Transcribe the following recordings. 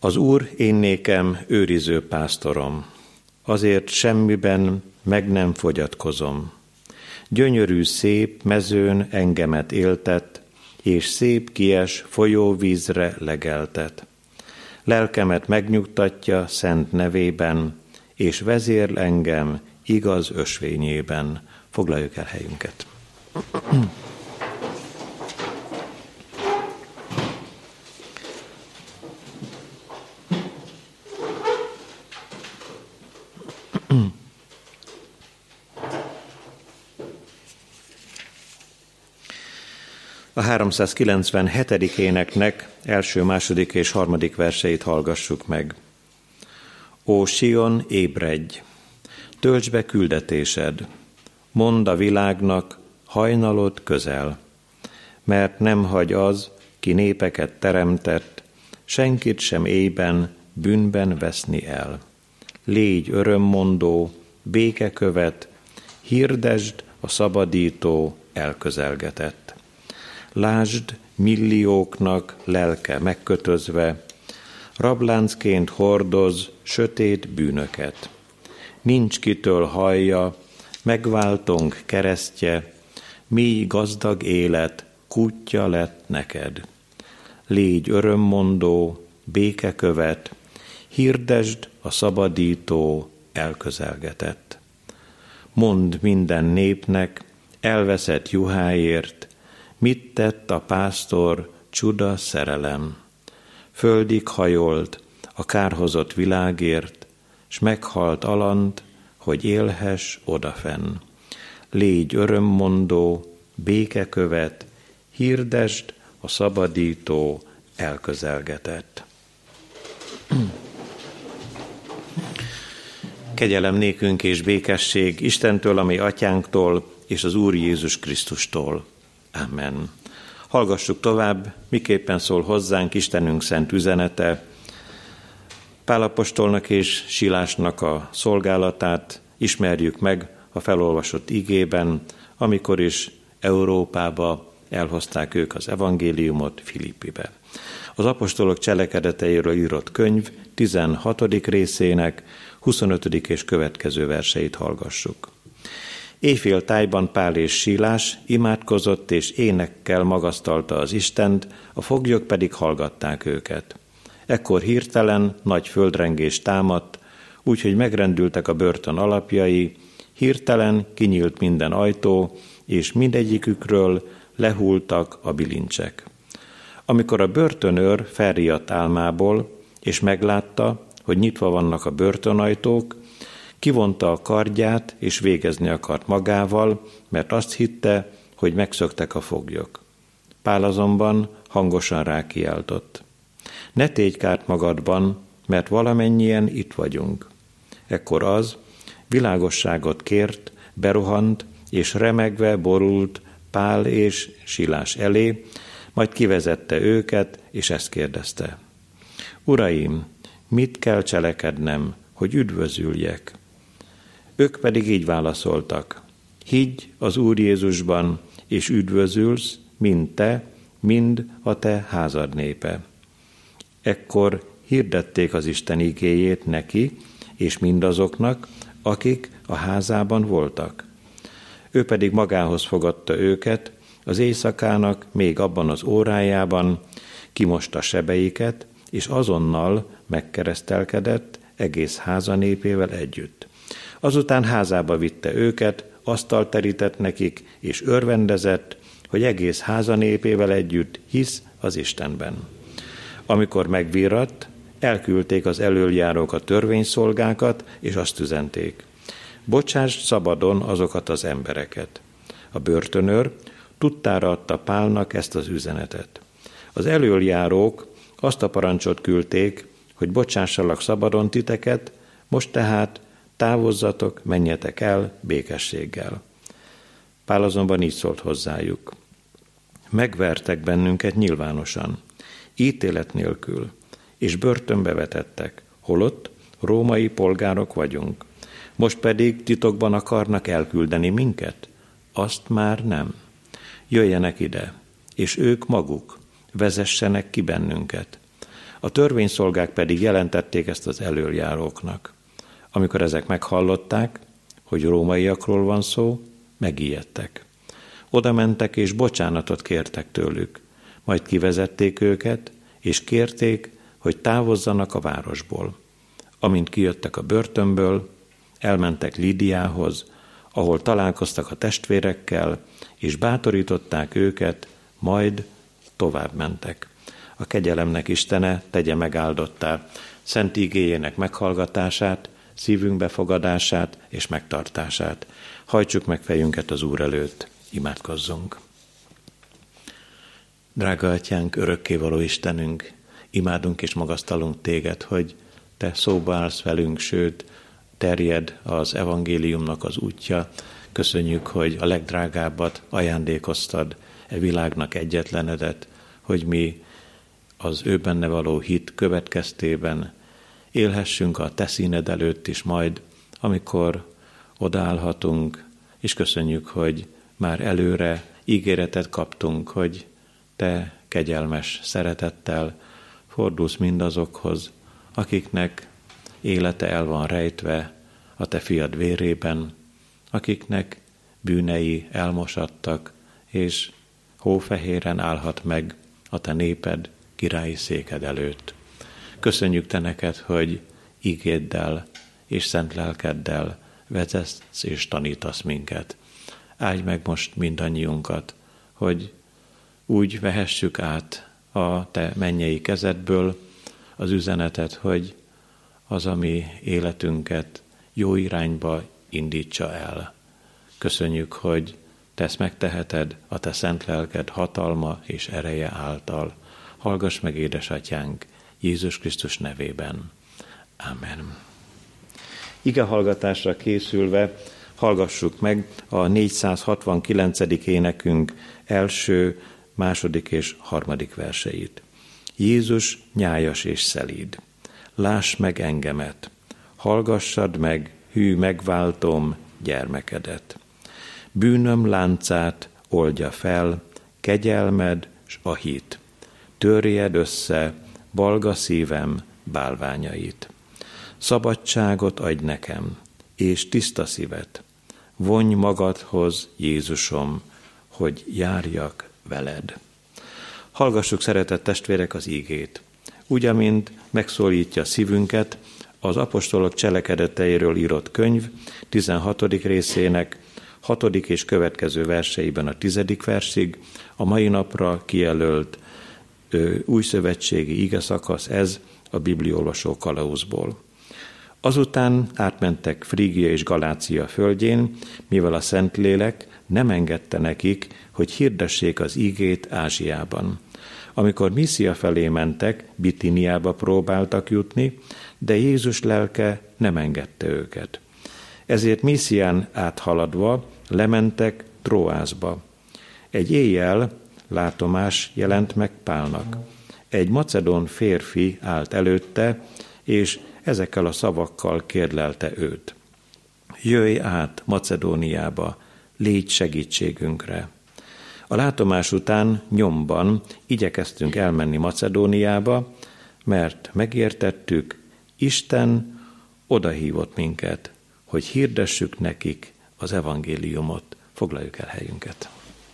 Az Úr én nékem őriző pásztorom, azért semmiben meg nem fogyatkozom. Gyönyörű szép mezőn engemet éltet, és szép kies folyóvízre legeltet. Lelkemet megnyugtatja szent nevében, és vezérl engem igaz ösvényében. Foglaljuk el helyünket. A 397. éneknek első, második és harmadik verseit hallgassuk meg. Ó Sion, ébredj! Töltsd be küldetésed! Mondd a világnak, hajnalod közel! Mert nem hagy az, ki népeket teremtett, senkit sem éjben, bűnben veszni el. Légy örömmondó, békekövet, hirdesd a szabadító elközelgetett. Lásd millióknak lelke megkötözve, rabláncként hordoz sötét bűnöket. Nincs kitől hallja, megváltónk keresztje, mély gazdag élet kútja lett neked. Légy örömmondó, békekövet, hirdesd a szabadító elközelgetett. Mondd minden népnek, elveszett juháért, mit tett a pásztor csuda szerelem. Földig hajolt a kárhozott világért, s meghalt alant, hogy élhess odafenn. Légy örömmondó, békekövet, hirdesd a szabadító elközelgetett. Kegyelem nékünk és békesség Istentől, ami atyánktól, és az Úr Jézus Krisztustól. Amen. Hallgassuk tovább, miképpen szól hozzánk Istenünk szent üzenete. Pál apostolnak és Silásnak a szolgálatát ismerjük meg a felolvasott igében, amikor is Európába elhozták ők az evangéliumot Filippibe. Az apostolok cselekedeteiről írott könyv 16. részének 25. és következő verseit hallgassuk. Éjféltájban Pál és Silás imádkozott és énekkel magasztalta az Istent, a foglyok pedig hallgatták őket. Ekkor hirtelen nagy földrengés támadt, úgyhogy megrendültek a börtön alapjai, hirtelen kinyílt minden ajtó, és mindegyikükről lehultak a bilincsek. Amikor a börtönőr felriadt álmából, és meglátta, hogy nyitva vannak a börtönajtók, kivonta a kardját, és végezni akart magával, mert azt hitte, hogy megszöktek a foglyok. Pál azonban hangosan rákiáltott. Ne tégy kárt magadban, mert valamennyien itt vagyunk. Ekkor az világosságot kért, berohant, és remegve borult Pál és Silás elé, majd kivezette őket, és ezt kérdezte. Uraim, mit kell cselekednem, hogy üdvözüljek? Ők pedig így válaszoltak. Higgy az Úr Jézusban, és üdvözülsz, mind te, mind a te házad népe. Ekkor hirdették az Isten igéjét neki, és mindazoknak, akik a házában voltak. Ő pedig magához fogadta őket, az éjszakának még abban az órájában kimosta sebeiket, és azonnal megkeresztelkedett egész háza népével együtt. Azután házába vitte őket, asztalt terített nekik, és örvendezett, hogy egész háza népével együtt hisz az Istenben. Amikor megvirratt, elküldték az elöljárók a törvényszolgákat, és azt üzenték. Bocsásd szabadon azokat az embereket. A börtönőr tudtára adta Pálnak ezt az üzenetet. Az elöljárók azt a parancsot küldték, hogy bocsássalak szabadon titeket, most tehát távozzatok, menjetek el békességgel. Pál azonban így szólt hozzájuk. Megvertek bennünket nyilvánosan, ítélet nélkül, és börtönbe vetettek, holott római polgárok vagyunk. Most pedig titokban akarnak elküldeni minket? Azt már nem. Jöjjenek ide, és ők maguk vezessenek ki bennünket. A törvényszolgák pedig jelentették ezt az elöljáróknak. Amikor ezek meghallották, hogy rómaiakról van szó, megijedtek. Oda mentek és bocsánatot kértek tőlük, majd kivezették őket, és kérték, hogy távozzanak a városból. Amint kijöttek a börtönből, elmentek Lídiához, ahol találkoztak a testvérekkel, és bátorították őket, majd tovább mentek. A kegyelemnek Istene tegye megáldottá szent igéjének meghallgatását, szívünk befogadását és megtartását. Hajtsuk meg fejünket az Úr előtt, imádkozzunk. Drága Atyánk, örökkévaló Istenünk, imádunk és magasztalunk Téged, hogy Te szóba állsz velünk, sőt, terjed az evangéliumnak az útja. Köszönjük, hogy a legdrágábbat ajándékoztad, e világnak egyetlenedet, hogy mi az ő benne való hit következtében élhessünk a Te színed előtt is majd, amikor odaállhatunk, és köszönjük, hogy már előre ígéretet kaptunk, hogy Te kegyelmes szeretettel fordulsz mindazokhoz, akiknek élete el van rejtve a Te fiad vérében, akiknek bűnei elmosattak, és hófehéren állhat meg a Te néped királyi széked előtt. Köszönjük Te neked, hogy ígéddel és szent lelkeddel vezetsz és tanítasz minket. Áldj meg most mindannyiunkat, hogy úgy vehessük át a Te mennyei kezedből az üzenetet, hogy az, ami életünket jó irányba indítsa el. Köszönjük, hogy Te ezt megteheted a Te szent lelked hatalma és ereje által. Hallgass meg, édesatyánk, Jézus Krisztus nevében. Amen. Igehallgatásra készülve hallgassuk meg a 469. énekünk első, második és harmadik verseit. Jézus nyájas és szelíd, láss meg engemet, hallgassad meg, hű megváltom gyermekedet. Bűnöm láncát oldja fel, kegyelmed s a hit. Törjed össze balga szívem bálványait. Szabadságot adj nekem, és tiszta szívet. Vonj magadhoz, Jézusom, hogy járjak veled. Hallgassuk, szeretett testvérek, az ígét. Úgy, amint megszólítja szívünket az apostolok cselekedeteiről írott könyv 16. részének 6. és következő verseiben a 10. versig, a mai napra kijelölt újszövetségi igeszakasz ez a bibliolvasó kalauzból. Azután átmentek Frígia és Galácia földjén, mivel a Szentlélek nem engedte nekik, hogy hirdessék az ígét Ázsiában. Amikor Míszia felé mentek, Bitiniába próbáltak jutni, de Jézus lelke nem engedte őket. Ezért Míszián áthaladva lementek Tróászba. Egy éjjel látomás jelent meg Pálnak. Egy macedón férfi állt előtte, és ezekkel a szavakkal kérlelte őt. Jöjj át Macedóniába, légy segítségünkre. A látomás után nyomban igyekeztünk elmenni Macedóniába, mert megértettük, Isten odahívott minket, hogy hirdessük nekik az evangéliumot. Foglaljuk el helyünket.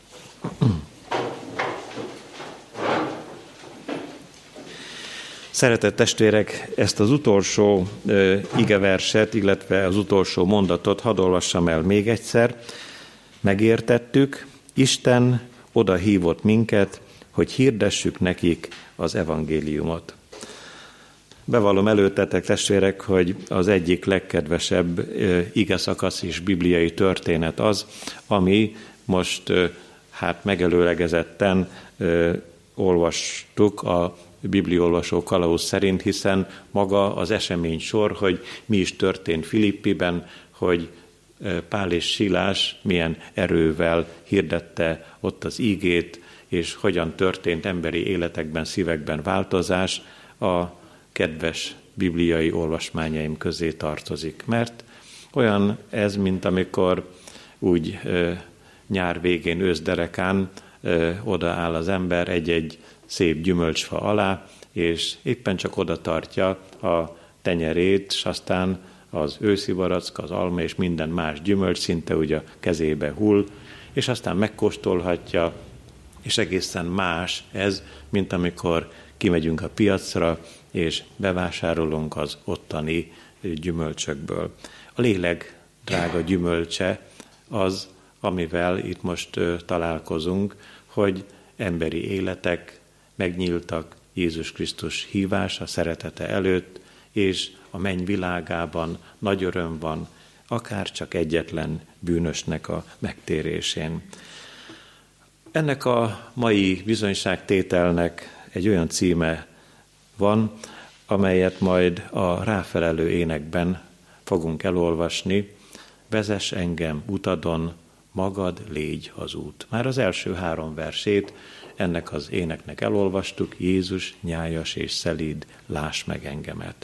Szeretett testvérek, ezt az utolsó igeverset, illetve az utolsó mondatot hadd olvassam el még egyszer. Megértettük, Isten oda hívott minket, hogy hirdessük nekik az evangéliumot. Bevallom előttetek, testvérek, hogy az egyik legkedvesebb igeszakasz és bibliai történet az, ami most megelőlegezetten olvastuk a bibliolvasó kalauz szerint, hiszen maga az esemény sor, hogy mi is történt Filippiben, hogy Pál és Silás milyen erővel hirdette ott az ígét, és hogyan történt emberi életekben, szívekben változás, a kedves bibliai olvasmányaim közé tartozik. Mert olyan ez, mint amikor úgy nyár végén, őszderekán odaáll az ember egy-egy szép gyümölcsfa alá, és éppen csak oda tartja a tenyerét, és aztán az őszi barack, az alma és minden más gyümölcs szinte úgy a kezébe hull, és aztán megkóstolhatja, és egészen más ez, mint amikor kimegyünk a piacra, és bevásárolunk az ottani gyümölcsökből. A lélek drága gyümölcse az, amivel itt most találkozunk, hogy emberi életek megnyíltak Jézus Krisztus hívása, szeretete előtt, és a menny világában nagy öröm van, akár csak egyetlen bűnösnek a megtérésén. Ennek a mai bizonyságtételnek egy olyan címe van, amelyet majd a ráfelelő énekben fogunk elolvasni. Vezess engem utadon, magad légy az út. Már az első 3 versét ennek az éneknek elolvastuk, Jézus nyájas és szelíd, láss meg engemet.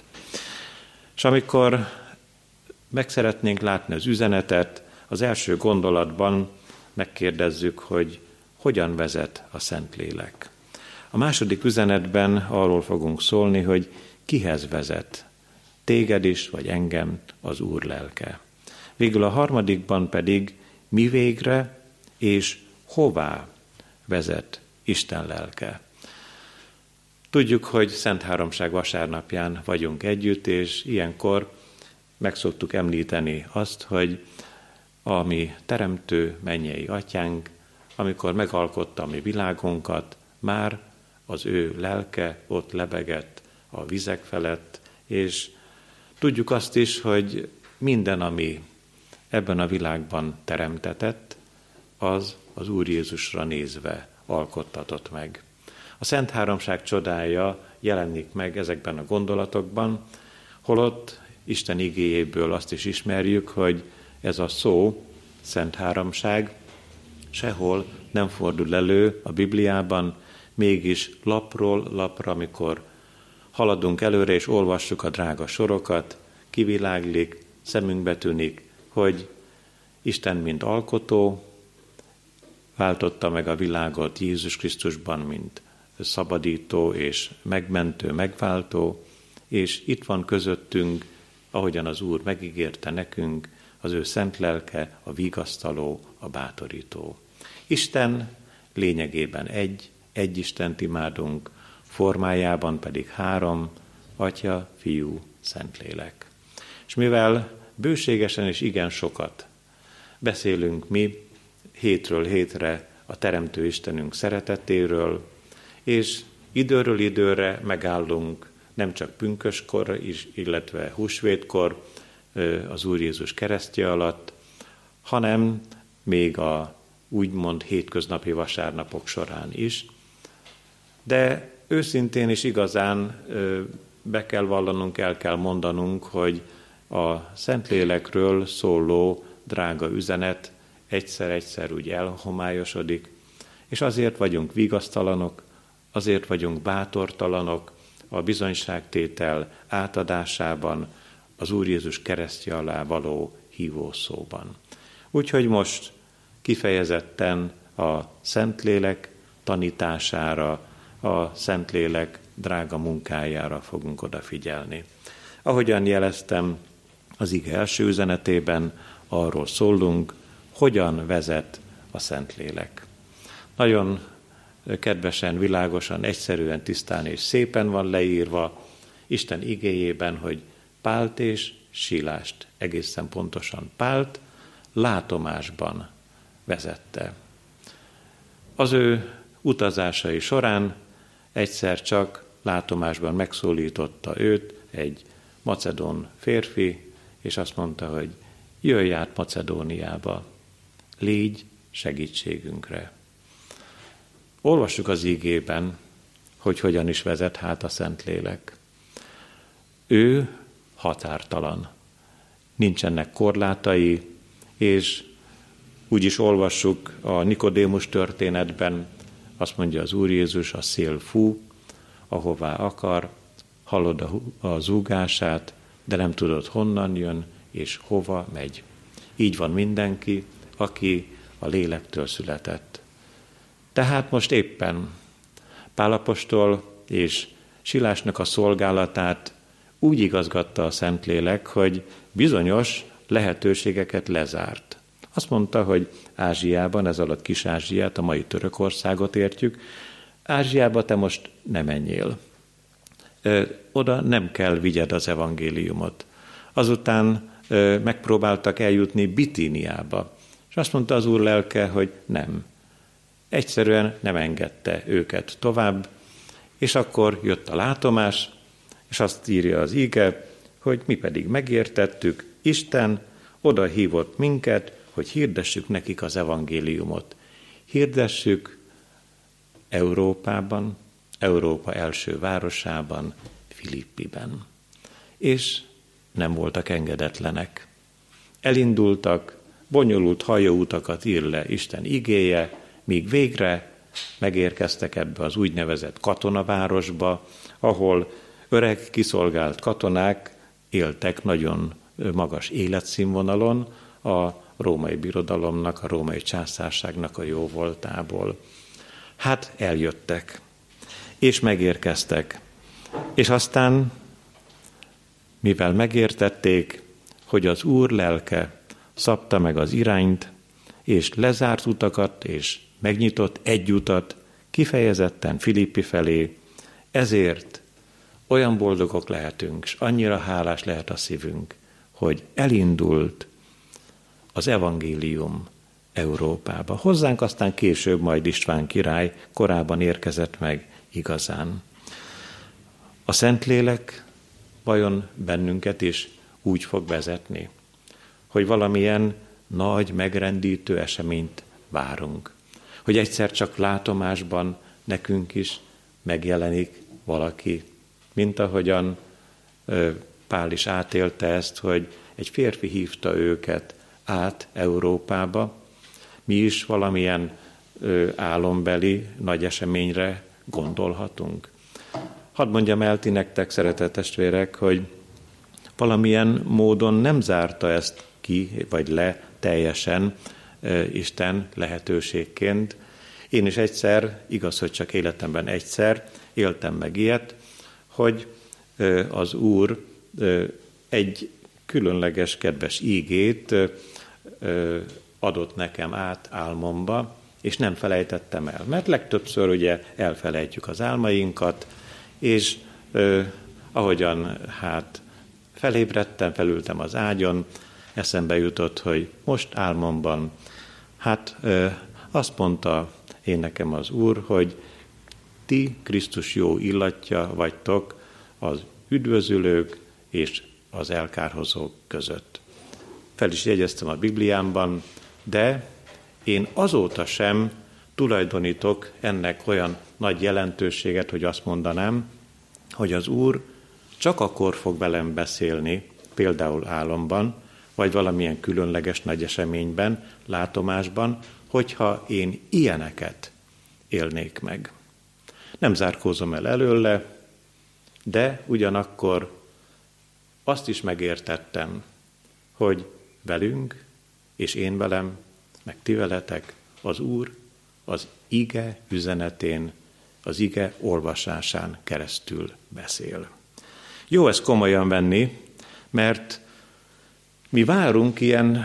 És amikor meg szeretnénk látni az üzenetet, az első gondolatban megkérdezzük, hogy hogyan vezet a Szentlélek. A második üzenetben arról fogunk szólni, hogy kihez vezet, téged is, vagy engem az Úr lelke. Végül a harmadikban pedig mi végre és hová vezet Isten lelke. Tudjuk, hogy Szent Háromság vasárnapján vagyunk együtt, és ilyenkor meg szoktuk említeni azt, hogy a mi teremtő mennyei atyánk, amikor megalkotta a mi világunkat, már az ő lelke ott lebegett a vizek felett, és tudjuk azt is, hogy minden, ami ebben a világban teremtetett, az Úr Jézusra nézve alkottatott meg. A Szent Háromság csodája jelenik meg ezekben a gondolatokban, holott Isten igéjéből azt is ismerjük, hogy ez a szó, Szent Háromság, sehol nem fordul elő a Bibliában, mégis lapról lapra, amikor haladunk előre és olvassuk a drága sorokat, kiviláglik, szemünkbe tűnik, hogy Isten, mint alkotó, váltotta meg a világot Jézus Krisztusban, mint szabadító és megmentő, megváltó, és itt van közöttünk, ahogyan az Úr megígérte nekünk, az ő szent lelke, a vigasztaló, a bátorító. Isten lényegében egy Istent imádunk, formájában pedig 3, Atya, Fiú, Szentlélek. És mivel bőségesen és igen sokat beszélünk mi hétről hétre a Teremtő Istenünk szeretetéről, és időről időre megállunk nem csak pünköskor, illetve húsvétkor az Úr Jézus keresztje alatt, hanem még a úgymond hétköznapi vasárnapok során is. De őszintén és igazán be kell vallanunk, el kell mondanunk, hogy a Szentlélekről szóló drága üzenet egyszer-egyszer úgy elhomályosodik, és azért vagyunk vigasztalanok, azért vagyunk bátortalanok a bizonyságtétel átadásában, az Úr Jézus keresztje alá való hívószóban. Úgyhogy most kifejezetten a Szentlélek tanítására, a Szentlélek drága munkájára fogunk odafigyelni. Ahogyan jeleztem, az ige első üzenetében arról szólunk, hogyan vezet a Szentlélek. Nagyon kedvesen, világosan, egyszerűen, tisztán és szépen van leírva Isten igéjében, hogy Pált és Sílást, egészen pontosan Pált látomásban vezette. Az ő utazásai során egyszer csak látomásban megszólította őt egy macedón férfi, és azt mondta, hogy jöjj át Macedóniába, légy segítségünkre. Olvassuk az igében, hogy hogyan is vezet hát a Szentlélek. Ő határtalan, nincsenek korlátai, és úgy is olvassuk a Nikodémus történetben, azt mondja az Úr Jézus, a szél fú, ahová akar, hallod a zúgását, de nem tudod honnan jön, és hova megy. Így van mindenki, aki a lélektől született. Tehát most éppen Pál apostol és Silásnak a szolgálatát úgy igazgatta a Szentlélek, hogy bizonyos lehetőségeket lezárt. Azt mondta, hogy Ázsiában, ez alatt Kis-Ázsiát, a mai Törökországot értjük, Ázsiába te most nem menjél. Oda nem kell vigyed az evangéliumot. Azután megpróbáltak eljutni Bitíniába, és azt mondta az Úr lelke, hogy nem. Egyszerűen nem engedte őket tovább, és akkor jött a látomás, és azt írja az ige, hogy mi pedig megértettük, Isten oda hívott minket, hogy hirdessük nekik az evangéliumot. Hirdessük Európában, Európa első városában, Filippiben. És nem voltak engedetlenek. Elindultak, bonyolult hajóutakat ír le Isten igéje, míg végre megérkeztek ebbe az úgynevezett katonavárosba, ahol öreg, kiszolgált katonák éltek nagyon magas életszínvonalon a római birodalomnak, a római császárságnak a jóvoltából. Hát eljöttek, és megérkeztek, és aztán, mivel megértették, hogy az Úr lelke szabta meg az irányt, és lezárt utakat, és megnyitott egy utat, kifejezetten Filippi felé, ezért olyan boldogok lehetünk, és annyira hálás lehet a szívünk, hogy elindult az evangélium Európába. Hozzánk aztán később majd István király korábban érkezett meg igazán. A Szentlélek vajon bennünket is úgy fog vezetni, hogy valamilyen nagy, megrendítő eseményt várunk. Hogy egyszer csak látomásban nekünk is megjelenik valaki, mint ahogyan Pál is átélte ezt, hogy egy férfi hívta őket át Európába. Mi is valamilyen álombeli nagy eseményre gondolhatunk. Hadd mondjam el ti nektek, szeretett testvérek, hogy valamilyen módon nem zárta ezt ki, vagy le teljesen Isten lehetőségként. Én is egyszer, igaz, hogy csak életemben egyszer éltem meg ilyet, hogy az Úr egy különleges, kedves ígét adott nekem át álmomba, és nem felejtettem el. Mert legtöbbször ugye elfelejtjük az álmainkat, és ahogyan felébredtem, felültem az ágyon, eszembe jutott, hogy most álmomban, azt mondta én nekem az Úr, hogy ti Krisztus jó illatja vagytok az üdvözülők és az elkárhozók között. Fel is jegyeztem a Bibliámban, de én azóta sem tulajdonítok ennek olyan nagy jelentőséget, hogy azt mondanám, hogy az Úr csak akkor fog velem beszélni, például álomban, vagy valamilyen különleges nagy eseményben, látomásban, hogyha én ilyeneket élnék meg. Nem zárkózom el előle, de ugyanakkor azt is megértettem, hogy velünk, és én velem, meg ti veletek, az Úr az ige üzenetén, az ige olvasásán keresztül beszél. Jó ezt komolyan venni, mert mi várunk ilyen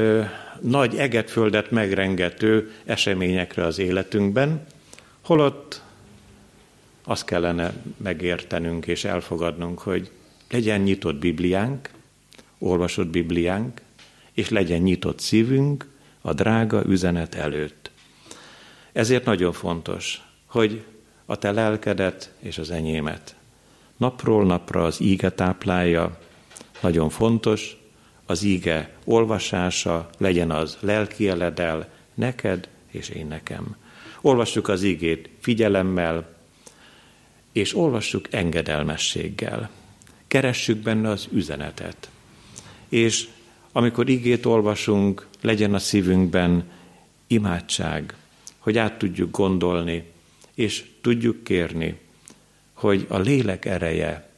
nagy egetföldet megrengető eseményekre az életünkben, holott azt kellene megértenünk és elfogadnunk, hogy legyen nyitott Bibliánk, olvasott Bibliánk, és legyen nyitott szívünk a drága üzenet előtt. Ezért nagyon fontos, hogy a te lelkedet és az enyémet napról napra az íge táplálja. Nagyon fontos, az íge olvasása legyen az lelki eledel neked és én nekem. Olvassuk az ígét figyelemmel, és olvassuk engedelmességgel. Keressük benne az üzenetet. És amikor igét olvasunk, legyen a szívünkben imádság, hogy át tudjuk gondolni, és tudjuk kérni, hogy a lélek ereje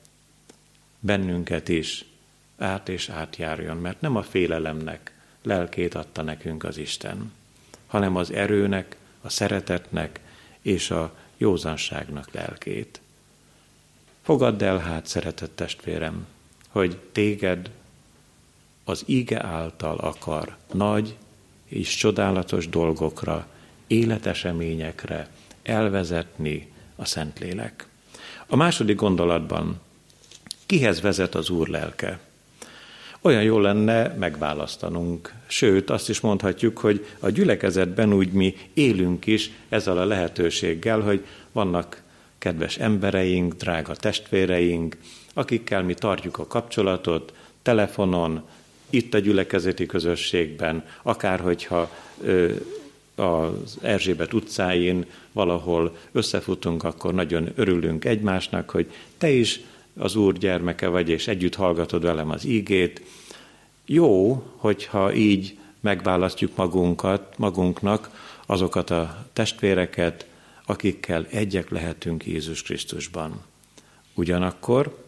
bennünket is át és átjárjon, mert nem a félelemnek lelkét adta nekünk az Isten, hanem az erőnek, a szeretetnek és a józanságnak lelkét. Fogadd el hát, szeretett testvérem, hogy téged az ige által akar nagy és csodálatos dolgokra, életeseményekre elvezetni a Szentlélek. A második gondolatban, kihez vezet az Úr lelke? Olyan jó lenne megválasztanunk, sőt azt is mondhatjuk, hogy a gyülekezetben úgy mi élünk is ezzel a lehetőséggel, hogy vannak kedves embereink, drága testvéreink, akikkel mi tartjuk a kapcsolatot telefonon, itt a gyülekezeti közösségben, akár hogyha az Erzsébet utcáin valahol összefutunk, akkor nagyon örülünk egymásnak, hogy te is az Úr gyermeke vagy, és együtt hallgatod velem az ígét. Jó, hogyha így megválasztjuk magunknak azokat a testvéreket, akikkel egyek lehetünk Jézus Krisztusban. Ugyanakkor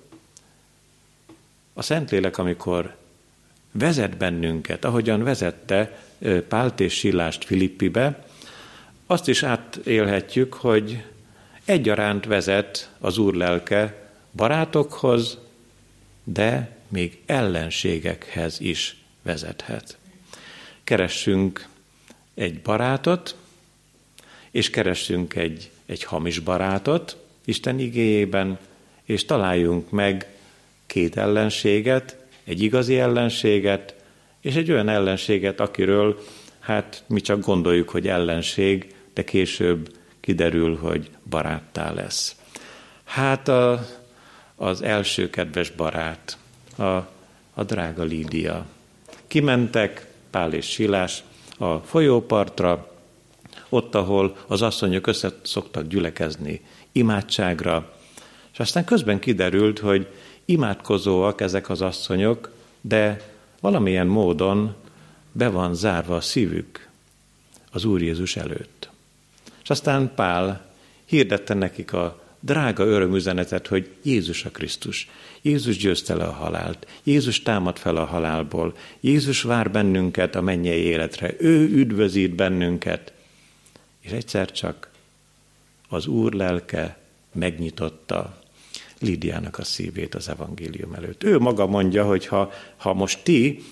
a Szentlélek, amikor vezet bennünket, ahogyan vezette Pált és Silást Filippibe, azt is átélhetjük, hogy egyaránt vezet az Úr lelke barátokhoz, de még ellenségekhez is vezethet. Keressünk egy barátot, és keressünk egy hamis barátot Isten igéjében, és találjunk meg két ellenséget, egy igazi ellenséget, és egy olyan ellenséget, akiről hát mi csak gondoljuk, hogy ellenség, de később kiderül, hogy baráttá lesz. Hát az első kedves barát, a drága Lídia. Kimentek Pál és Silás a folyópartra, ott, ahol az asszonyok össze szoktak gyülekezni imádságra, és aztán közben kiderült, hogy imádkozóak ezek az asszonyok, de valamilyen módon be van zárva a szívük az Úr Jézus előtt. És aztán Pál hirdette nekik a drága örömüzenetet, hogy Jézus a Krisztus. Jézus győzte le a halált. Jézus támad fel a halálból. Jézus vár bennünket a mennyei életre. Ő üdvözít bennünket. És egyszer csak az Úr lelke megnyitotta Lídiának a szívét az evangélium előtt. Ő maga mondja, hogy ha most ti,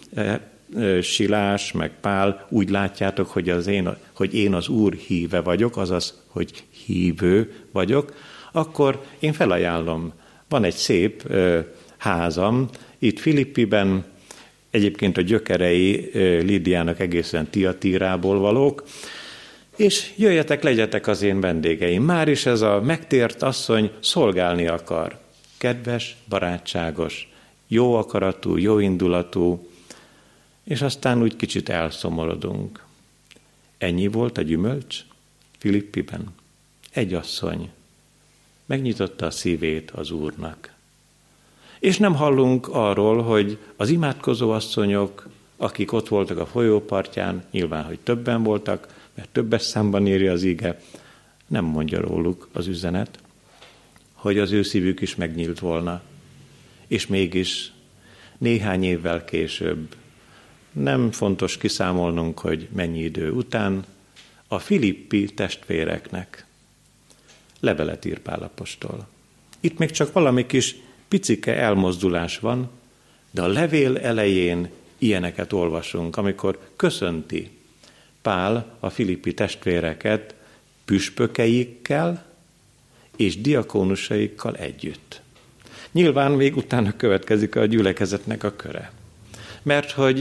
Silás meg Pál úgy látjátok, hogy én az Úr híve vagyok, azaz, hogy hívő vagyok, akkor én felajánlom. Van egy szép házam itt Filippiben, egyébként a gyökerei Lídiának egészen Tiatírából valók, és jöjjetek, legyetek az én vendégeim. Már is ez a megtért asszony szolgálni akar. Kedves, barátságos, jó akaratú, jó indulatú, és aztán úgy kicsit elszomorodunk. Ennyi volt a gyümölcs Filippiben. Egy asszony megnyitotta a szívét az Úrnak. És nem hallunk arról, hogy az imádkozó asszonyok, akik ott voltak a folyópartján, nyilván, hogy többen voltak, mert többes számban írja az ige, nem mondja róluk az üzenet, hogy az ő szívük is megnyílt volna. És mégis néhány évvel később, nem fontos kiszámolnunk, hogy mennyi idő után, a filippi testvéreknek levelet ír Pál apostol. Itt még csak valami kis picike elmozdulás van, de a levél elején ilyeneket olvasunk, amikor köszönti Pál a filippi testvéreket püspökeikkel és diakónusaikkal együtt. Nyilván még utána következik a gyülekezetnek a köre. Mert hogy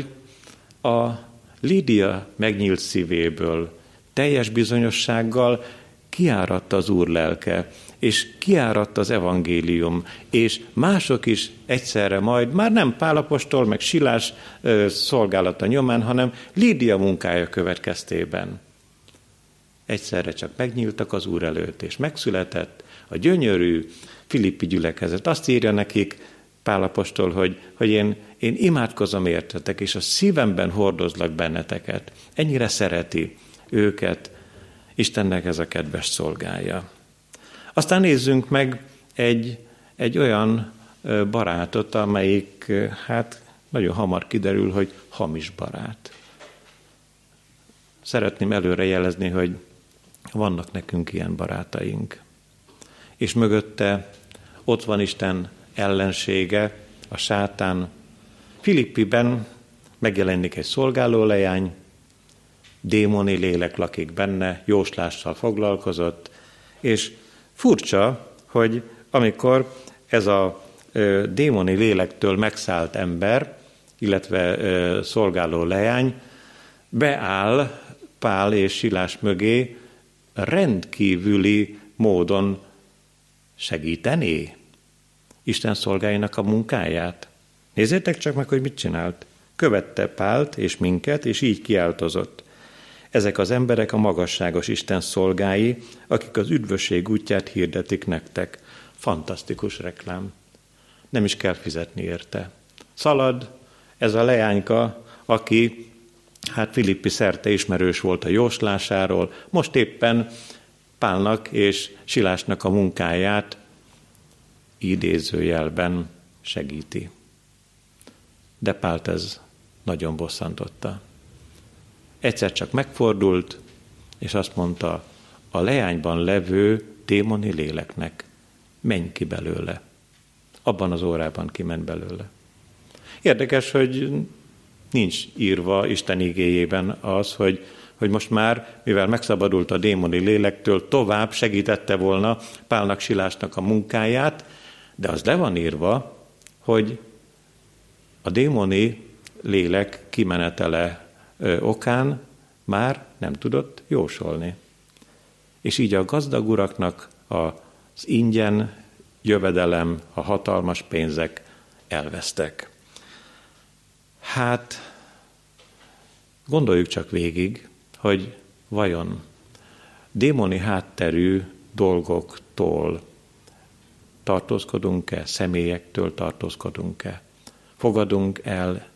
a Lídia megnyílt szívéből teljes bizonyossággal kiáradt az Úr lelke, és kiáradt az evangélium, és mások is egyszerre majd, már nem Pál apostol, meg Silás szolgálata nyomán, hanem Lídia munkája következtében. Egyszerre csak megnyíltak az Úr előtt, és megszületett a gyönyörű filippi gyülekezet. Azt írja nekik Pál apostol, hogy én imádkozom értetek, és a szívemben hordozlak benneteket. Ennyire szereti őket Istennek ez a kedves szolgája. Aztán nézzünk meg egy olyan barátot, amelyik hát nagyon hamar kiderül, hogy hamis barát. Szeretném előre jelezni, hogy vannak nekünk ilyen barátaink. És mögötte ott van Isten ellensége, a sátán. Filippiben megjelenik egy szolgálóleány, démoni lélek lakik benne, jóslással foglalkozott, és furcsa, hogy amikor ez a démoni lélektől megszállt ember, illetve szolgáló leány beáll Pál és Silás mögé, rendkívüli módon segítené Isten szolgáinak a munkáját. Nézzétek csak meg, hogy mit csinált. Követte Pált és minket, és így kiáltozott. Ezek az emberek a magasságos Isten szolgái, akik az üdvösség útját hirdetik nektek. Fantasztikus reklám. Nem is kell fizetni érte. Szalad ez a leányka, aki Filippi szerte ismerős volt a jóslásáról, most éppen Pálnak és Silásnak a munkáját idézőjelben segíti. De Pált ez nagyon bosszantotta. Egyszer csak megfordult, és azt mondta, a leányban levő démoni léleknek, menj ki belőle. Abban az órában kiment belőle. Érdekes, hogy nincs írva Isten igéjében az, hogy most már, mivel megszabadult a démoni lélektől, tovább segítette volna Pálnak, Silásnak a munkáját, de az le van írva, hogy a démoni lélek kimenetele okán már nem tudott jósolni. És így a gazdag uraknak az ingyen jövedelem, a hatalmas pénzek elvesztek. Gondoljuk csak végig, hogy vajon démoni hátterű dolgoktól tartózkodunk-e, személyektől tartózkodunk-e, fogadunk el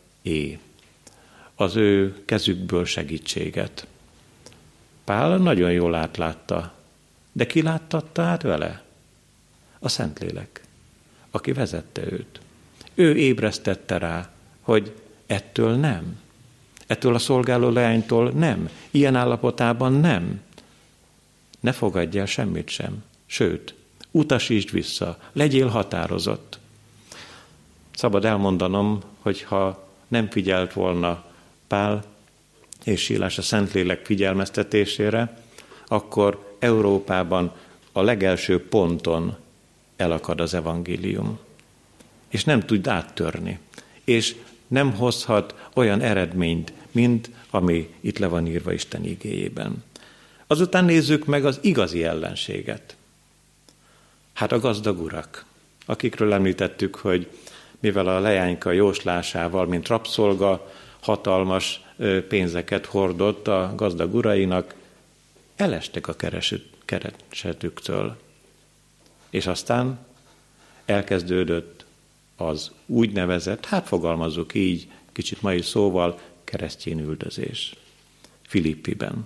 az ő kezükből segítséget. Pál nagyon jól átlátta, de ki láttatta át vele? A Szentlélek, aki vezette őt. Ő ébresztette rá, hogy ettől nem. Ettől a szolgáló leánytól nem. Ilyen állapotában nem. Ne fogadj el semmit sem. Sőt, utasítsd vissza. Legyél határozott. Szabad elmondanom, hogy ha nem figyelt volna Pál és Silás a Szentlélek figyelmeztetésére, akkor Európában a legelső ponton elakad az evangélium. És nem tud áttörni. És nem hozhat olyan eredményt, mint ami itt le van írva Isten igéjében. Azután nézzük meg az igazi ellenséget. A gazdag urak, akikről említettük, hogy mivel a leányka jóslásával, mint rabszolga, hatalmas pénzeket hordott a gazdag urainak, elestek a keresetüktől. És aztán elkezdődött az úgynevezett, fogalmazzuk így, kicsit mai szóval, keresztény üldözés. Filippiben.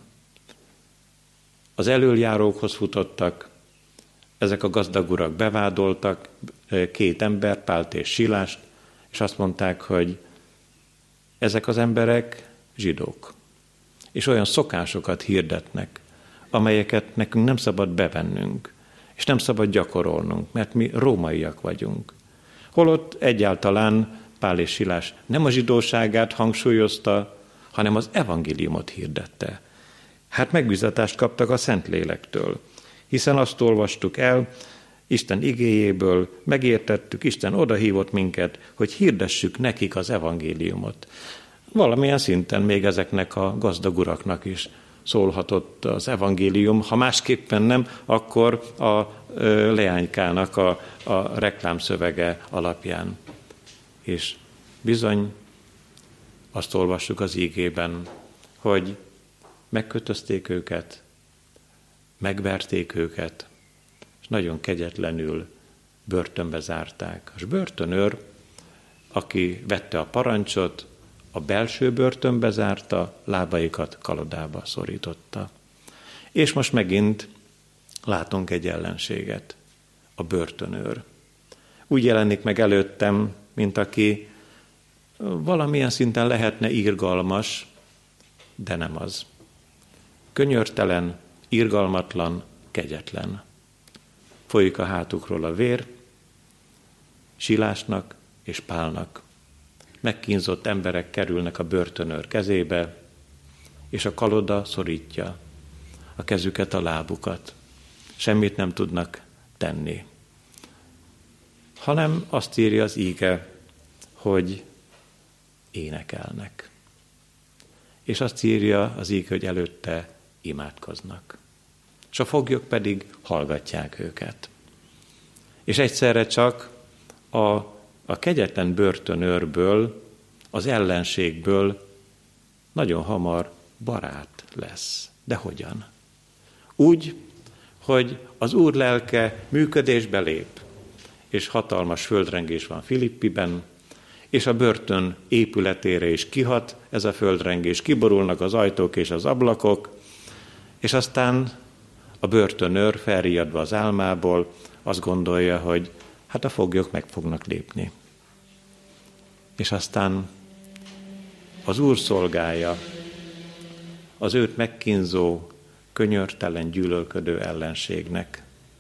Az elöljárókhoz futottak, ezek a gazdag urak bevádoltak két ember, Pált és Silást, és azt mondták, hogy ezek az emberek zsidók, és olyan szokásokat hirdetnek, amelyeket nekünk nem szabad bevennünk, és nem szabad gyakorolnunk, mert mi rómaiak vagyunk. Holott egyáltalán Pál és Silás nem a zsidóságát hangsúlyozta, hanem az evangéliumot hirdette. Megbízatást kaptak a Szentlélektől, hiszen azt olvastuk el Isten igéjéből, megértettük, Isten odahívott minket, hogy hirdessük nekik az evangéliumot. Valamilyen szinten még ezeknek a gazdag uraknak is szólhatott az evangélium, ha másképpen nem, akkor a leánykának a reklámszövege alapján. És bizony azt olvassuk az igében, hogy megkötözték őket, megverték őket, és nagyon kegyetlenül börtönbe zárták. És börtönőr, aki vette a parancsot, a belső börtönbe zárta, lábaikat kalodába szorította. És most megint látunk egy ellenséget, a börtönőr. Úgy jelenik meg előttem, mint aki valamilyen szinten lehetne irgalmas, de nem az. Könyörtelen, irgalmatlan, kegyetlen. Folyik a hátukról a vér, Silásnak és Pálnak. Megkínzott emberek kerülnek a börtönőr kezébe, és a kaloda szorítja a kezüket, a lábukat. Semmit nem tudnak tenni. Hanem azt írja az íge, hogy énekelnek. És azt írja az íge, hogy előtte imádkoznak. És a foglyok pedig hallgatják őket. És egyszerre csak a kegyetlen börtönőrből, az ellenségből nagyon hamar barát lesz. De hogyan? Úgy, hogy az Úr lelke működésbe lép, és hatalmas földrengés van Filippiben, és a börtön épületére is kihat ez a földrengés, kiborulnak az ajtók és az ablakok, és aztán a börtönőr felriadva az álmából azt gondolja, hogy hát a foglyok meg fognak lépni. És aztán az Úr szolgája, az őt megkínzó, könyörtelen, gyűlölködő ellenségnek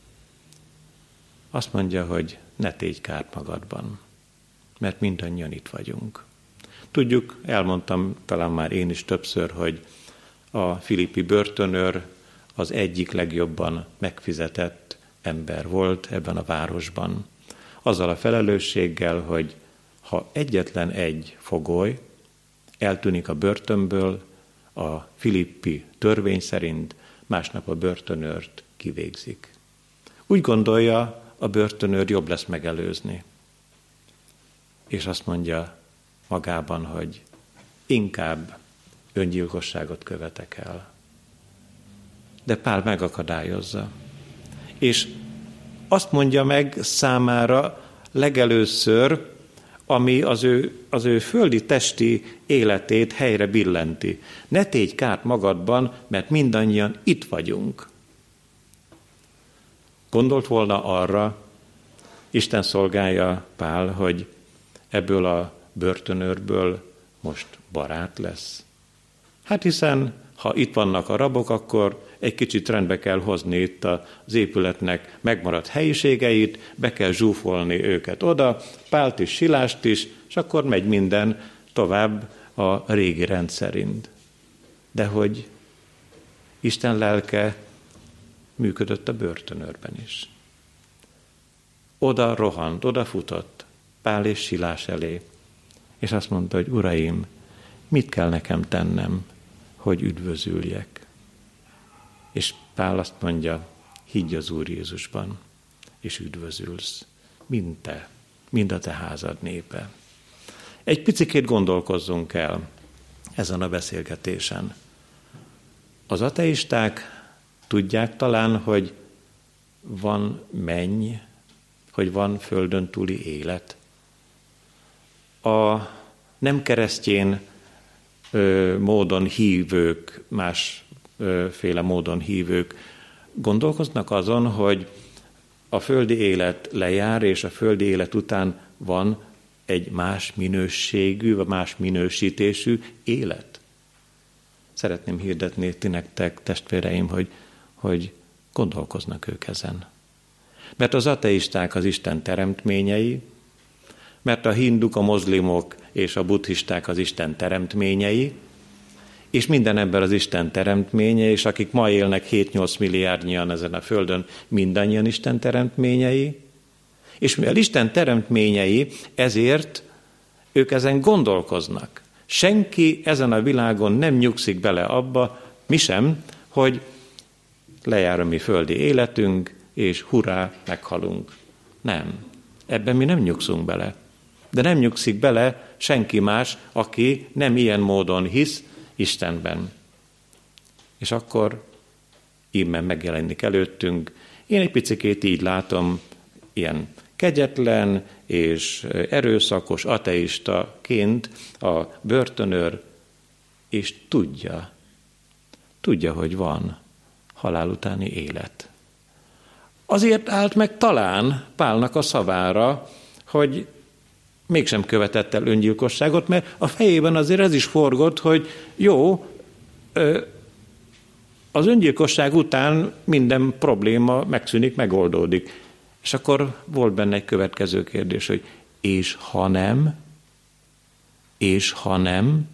azt mondja, hogy ne tégy kárt magadban, mert mindannyian itt vagyunk. Tudjuk, elmondtam talán már én is többször, hogy a filippi börtönőr az egyik legjobban megfizetett ember volt ebben a városban. Azzal a felelősséggel, hogy ha egyetlen egy fogoly eltűnik a börtönből, a filippi törvény szerint másnap a börtönőrt kivégzik. Úgy gondolja, a börtönőr jobb lesz megelőzni. És azt mondja magában, hogy inkább öngyilkosságot követek el. De Pál megakadályozza. És azt mondja meg számára legelőször, ami az ő földi testi életét helyre billenti. Ne tégy kárt magadban, mert mindannyian itt vagyunk. Gondolt volna arra, Isten szolgálja Pál, hogy ebből a börtönőrből most barát lesz. Hát hiszen, ha itt vannak a rabok, akkor egy kicsit rendbe kell hozni itt az épületnek megmaradt helyiségeit, be kell zsúfolni őket oda, Pált is, Silást is, és akkor megy minden tovább a régi rend szerint. De hogy Isten lelke működött a börtönőrben is. Oda rohant, oda futott Pál és Silás elé, és azt mondta, hogy uraim, mit kell nekem tennem, hogy üdvözüljek? És Pál azt mondja, higgy az Úr Jézusban, és üdvözülsz, mind te, mind a te házad népe. Egy picikét gondolkozzunk el ezen a beszélgetésen. Az ateisták tudják talán, hogy van menny, hogy van földön túli élet. A nem keresztény módon hívők, másféle módon hívők gondolkoznak azon, hogy a földi élet lejár, és a földi élet után van egy más minőségű, vagy más minősítésű élet. Szeretném hirdetni ti nektek, testvéreim, hogy gondolkoznak ők ezen. Mert az ateisták az Isten teremtményei, mert a hinduk, a mozlimok és a buddhisták az Isten teremtményei, és minden ember az Isten teremtménye, és akik ma élnek 7-8 milliárdnyian ezen a földön, mindannyian Isten teremtményei, és mivel Isten teremtményei, ezért ők ezen gondolkoznak. Senki ezen a világon nem nyugszik bele abba, mi sem, hogy lejár a mi földi életünk, és hurrá, meghalunk. Nem. Ebben mi nem nyugszunk bele. De nem nyugszik bele senki más, aki nem ilyen módon hisz Istenben. És akkor íme megjelenik előttünk. Én egy picikét így látom, ilyen kegyetlen és erőszakos ateistaként a börtönőr, és tudja, hogy van halál utáni élet. Azért állt meg talán Pálnak a szavára, hogy mégsem követett el öngyilkosságot, mert a fejében azért ez is forgott, hogy jó, az öngyilkosság után minden probléma megszűnik, megoldódik. És akkor volt benne egy következő kérdés, hogy és ha nem,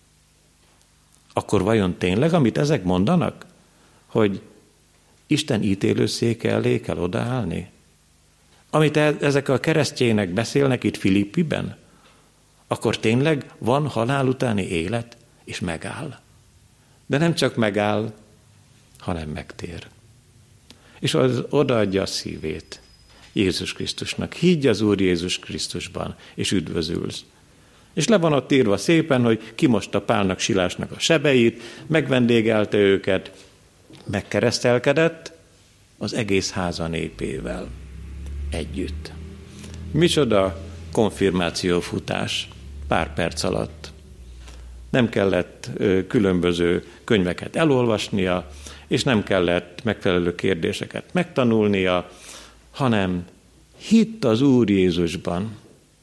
akkor vajon tényleg, amit ezek mondanak, hogy Isten ítélőszéke elé kell odaállni? Amit ezek a keresztjének beszélnek itt Filippiben, akkor tényleg van halál utáni élet, és megáll. De nem csak megáll, hanem megtér. És az odaadja a szívét Jézus Krisztusnak. Higgy az Úr Jézus Krisztusban, és üdvözülsz. És le van ott írva szépen, hogy kimosta Pálnak, Silásnak a sebeit, megvendégelte őket, megkeresztelkedett az egész háza népével együtt. Micsoda konfirmációfutás pár perc alatt. Nem kellett különböző könyveket elolvasnia, és nem kellett megfelelő kérdéseket megtanulnia, hanem hitt az Úr Jézusban,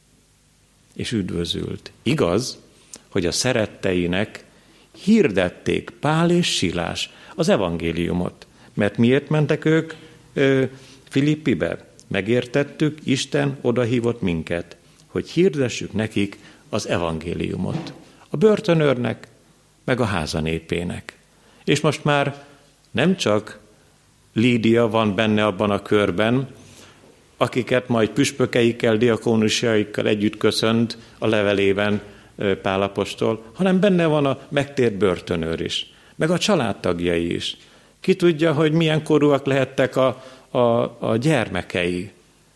és üdvözült. Igaz, hogy a szeretteinek hirdették Pál és Silás az evangéliumot. Mert miért mentek ők Filippibe? Megértettük, Isten odahívott minket, hogy hirdessük nekik az evangéliumot. A börtönőrnek, meg a háza népének. És most már nem csak Lídia van benne abban a körben, akiket majd püspökeikkel, diakónusaikkal együtt köszönt a levelében Pál apostol, hanem benne van a megtért börtönőr is, meg a családtagjai is. Ki tudja, hogy milyen korúak lehettek a gyermekei.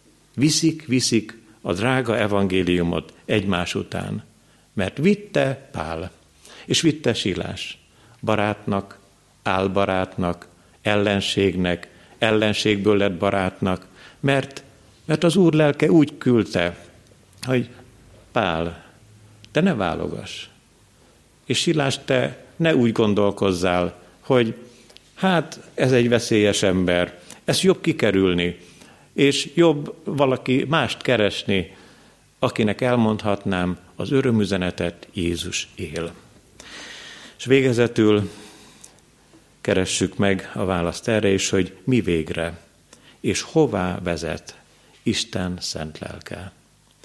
Viszik a drága evangéliumot egymás után, mert vitte Pál, és vitte Silás, barátnak, álbarátnak, ellenségnek, ellenségből lett barátnak, mert az Úr lelke úgy küldte, hogy Pál, te ne válogass, és Silás, te ne úgy gondolkozzál, hogy hát ez egy veszélyes ember, ezt jobb kikerülni, és jobb valaki mást keresni, akinek elmondhatnám az örömüzenetet, Jézus él. És végezetül keressük meg a választ erre is, hogy mi végre, és hová vezet Isten szent lelke.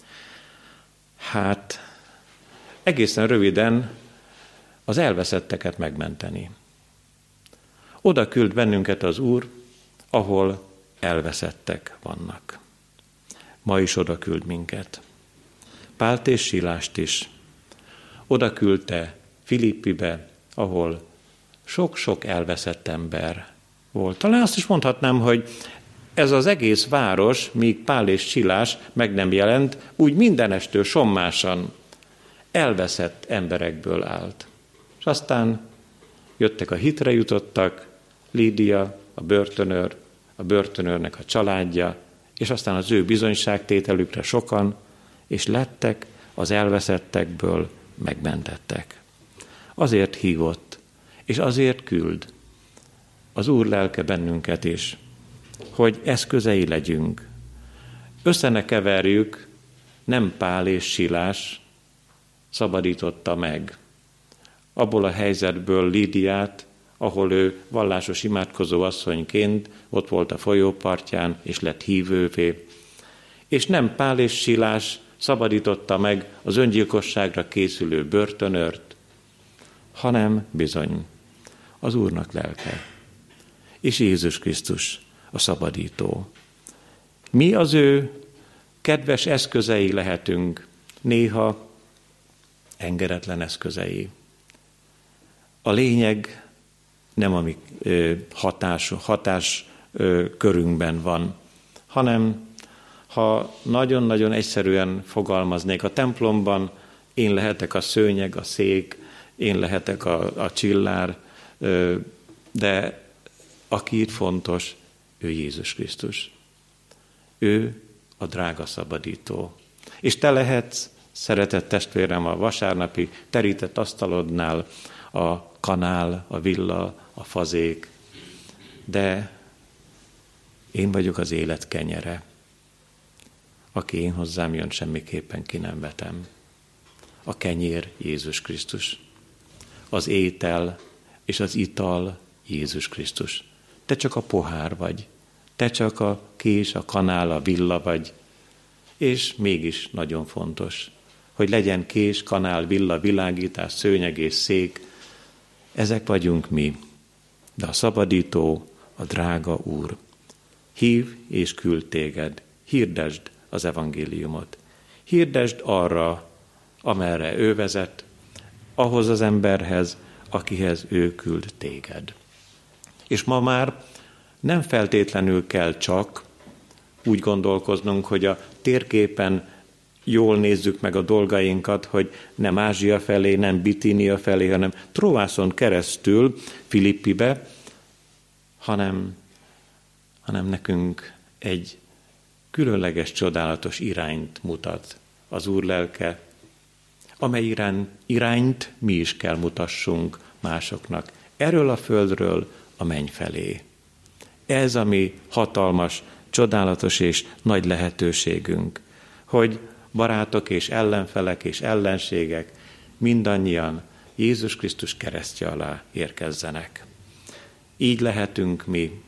Hát egészen röviden az elveszetteket megmenteni. Oda küld bennünket az Úr, ahol elveszettek vannak. Ma is oda küld minket. Pált és Silást is. Oda küldte Filippibe, ahol sok-sok elveszett ember volt. Talán azt is mondhatnám, hogy ez az egész város, míg Pál és Silás meg nem jelent, úgy mindenestől sommásan elveszett emberekből állt. És aztán jöttek a hitre jutottak, Lídia, a börtönőrnek a családja, és aztán az ő bizonyságtételükre sokan, és lettek az elveszettekből megmentettek. Azért hívott, és azért küld az Úr lelke bennünket is, hogy eszközei legyünk. Össze ne keverjük, nem Pál és Silás szabadította meg abból a helyzetből Lídiát, ahol ő vallásos imádkozó asszonyként ott volt a folyópartján, és lett hívővé. És nem Pál és Silás szabadította meg az öngyilkosságra készülő börtönőrt, hanem bizony az Úrnak lelke, és Jézus Krisztus a szabadító. Mi az ő kedves eszközei lehetünk, néha engedetlen eszközei. A lényeg nem a mi hatás körünkben van, hanem ha nagyon-nagyon egyszerűen fogalmaznék, a templomban én lehetek a szőnyeg, a szék, én lehetek a csillár, de aki itt fontos, ő Jézus Krisztus. Ő a drága szabadító. És te lehetsz, szeretett testvérem, a vasárnapi terített asztalodnál a kanál, a villa, a fazék, de én vagyok az élet kenyere. Aki én hozzám jön, semmiképpen ki nem vetem. A kenyér Jézus Krisztus. Az étel és az ital Jézus Krisztus. Te csak a pohár vagy, te csak a kés, a kanál, a villa vagy, és mégis nagyon fontos, hogy legyen kés, kanál, villa, világítás, szőnyeg és szék, ezek vagyunk mi, de a szabadító, a drága Úr. Hív és küld téged, hirdesd az evangéliumot. Hirdesd arra, amerre ő vezet, ahhoz az emberhez, akihez ő küld téged. És ma már nem feltétlenül kell csak úgy gondolkoznunk, hogy a térképen jól nézzük meg a dolgainkat, hogy nem Ázsia felé, nem Bitínia felé, hanem Tróászon keresztül Filippibe, hanem nekünk egy különleges, csodálatos irányt mutat az Úr lelke, amely irányt mi is kell mutassunk másoknak. Erről a földről a menny felé. Ez a mi hatalmas, csodálatos és nagy lehetőségünk, hogy barátok és ellenfelek és ellenségek mindannyian Jézus Krisztus keresztje alá érkezzenek. Így lehetünk mi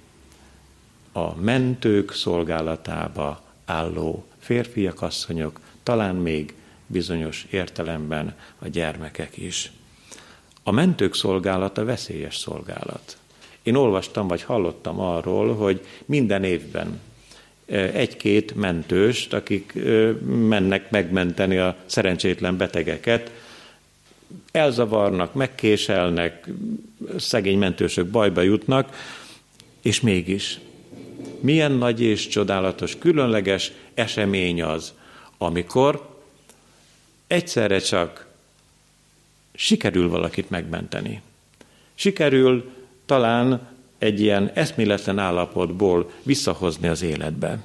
a mentők szolgálatába álló férfiak, asszonyok, talán még bizonyos értelemben a gyermekek is. A mentők szolgálata veszélyes szolgálat. Én olvastam, vagy hallottam arról, hogy minden évben egy-két mentőst, akik mennek megmenteni a szerencsétlen betegeket, elzavarnak, megkéselnek, szegény mentősök bajba jutnak, és mégis milyen nagy és csodálatos, különleges esemény az, amikor egyszerre csak sikerül valakit megmenteni. Sikerül talán egy ilyen eszméletlen állapotból visszahozni az életbe.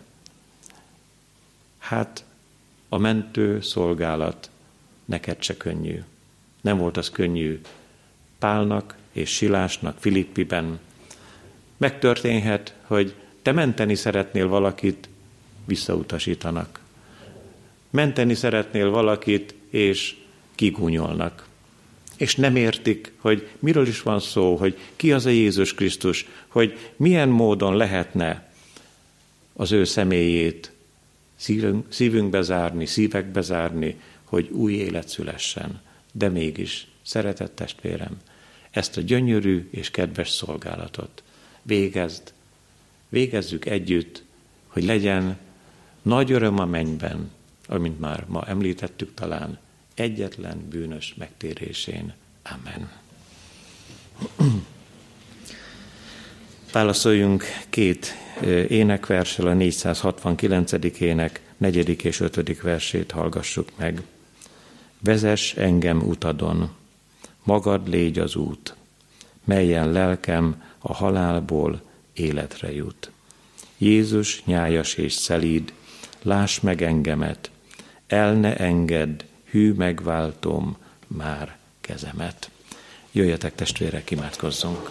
Hát a mentő szolgálat neked se könnyű. Nem volt az könnyű Pálnak és Silásnak Filippiben. Megtörténhet, hogy te menteni szeretnél valakit, visszautasítanak. Menteni szeretnél valakit, és kigúnyolnak. És nem értik, hogy miről is van szó, hogy ki az a Jézus Krisztus, hogy milyen módon lehetne az ő személyét szívünkbe zárni, szívekbe zárni, hogy új élet szülessen. De mégis, szeretett testvérem, ezt a gyönyörű és kedves szolgálatot végezzük együtt, hogy legyen nagy öröm a mennyben, amint már ma említettük talán, egyetlen bűnös megtérésén. Amen. Válaszoljunk két énekverssel, a 469. ének 4. és 5. versét hallgassuk meg. Vezess engem utadon, magad légy az út, melyen lelkem a halálból életre jut. Jézus nyájas és szelíd, láss meg engemet, el ne engedd, hű megváltom már kezemet. Jöjjetek testvérek, imádkozzunk.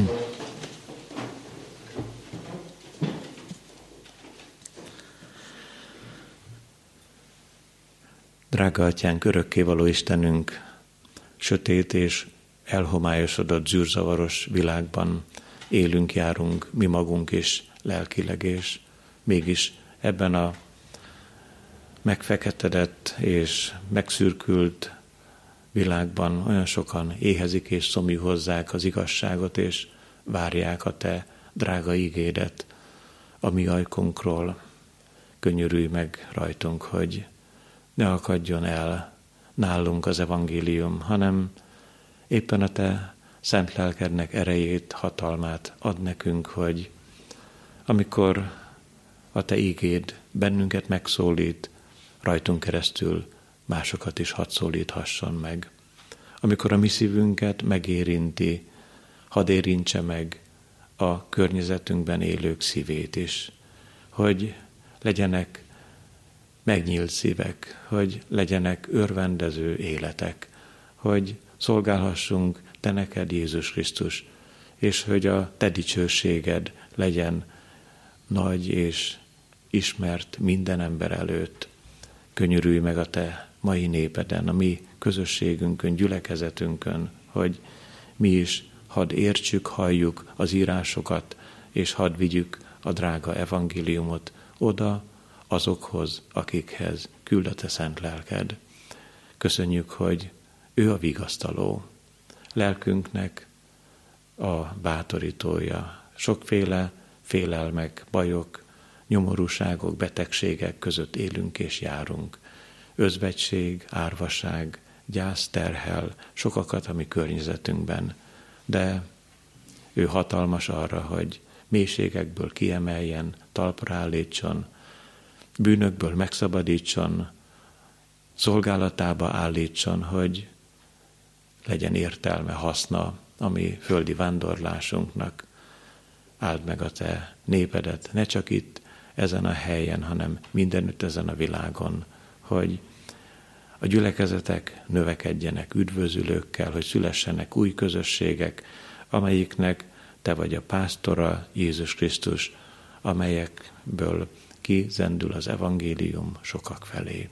Drága Atyánk, örökkévaló Istenünk, sötét és elhomályosodott, zűrzavaros világban élünk, járunk mi magunk is lelkileg, és mégis ebben a megfeketedett és megszürkült világban olyan sokan éhezik és szomjúhozzák az igazságot, és várják a Te drága ígédet a mi ajkunkról. Könyörülj meg rajtunk, hogy ne akadjon el nálunk az evangélium, hanem éppen a Te szent lelkednek erejét, hatalmát ad nekünk, hogy amikor a Te ígéd bennünket megszólít, rajtunk keresztül másokat is hadd szólíthasson meg. Amikor a mi szívünket megérinti, hadd érintse meg a környezetünkben élők szívét is, hogy legyenek megnyílt szívek, hogy legyenek örvendező életek, hogy szolgálhassunk Te neked, Jézus Krisztus, és hogy a Te dicsőséged legyen nagy és ismert minden ember előtt. Könyörülj meg a Te mai népeden, a mi közösségünkön, gyülekezetünkön, hogy mi is hadd értsük, halljuk az írásokat, és hadd vigyük a drága evangéliumot oda azokhoz, akikhez küld a te szent lelked. Köszönjük, hogy ő a vigasztaló, lelkünknek a bátorítója. Sokféle félelmek, bajok, nyomorúságok, betegségek között élünk és járunk. Özvegység, árvaság, gyász terhel sokakat a mi környezetünkben, de ő hatalmas arra, hogy mélységekből kiemeljen, talpra állítson, bűnökből megszabadítson, szolgálatába állítson, hogy legyen értelme, haszna a mi földi vándorlásunknak. Áld meg a te népedet, ne csak itt, ezen a helyen, hanem mindenütt ezen a világon, hogy a gyülekezetek növekedjenek üdvözülőkkel, hogy szülessenek új közösségek, amelyiknek te vagy a pásztora, Jézus Krisztus, amelyekből kizendül az evangélium sokak felé.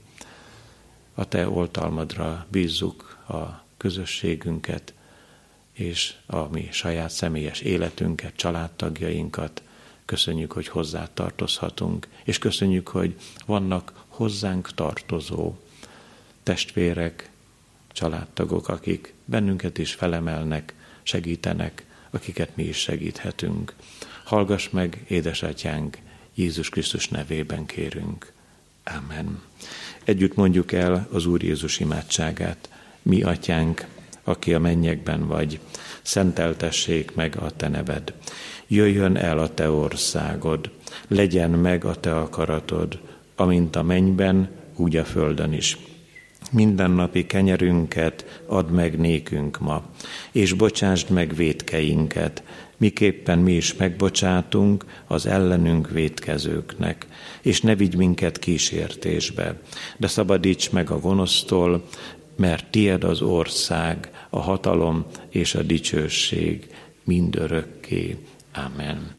A te oltalmadra bízzuk a közösségünket, és a mi saját személyes életünket, családtagjainkat. Köszönjük, hogy hozzá tartozhatunk, és köszönjük, hogy vannak hozzánk tartozó testvérek, családtagok, akik bennünket is felemelnek, segítenek, akiket mi is segíthetünk. Hallgass meg, édesatyánk, Jézus Krisztus nevében kérünk. Amen. Együtt mondjuk el az Úr Jézus imádságát. Mi atyánk, aki a mennyekben vagy, szenteltessék meg a te neved. Jöjjön el a te országod, legyen meg a te akaratod, amint a mennyben, úgy a földön is. Mindennapi kenyerünket add meg nékünk ma, és bocsásd meg vétkeinket, miképpen mi is megbocsátunk az ellenünk vétkezőknek, és ne vigy minket kísértésbe, de szabadíts meg a gonosztól, mert tied az ország, a hatalom és a dicsőség mindörökké. Amen.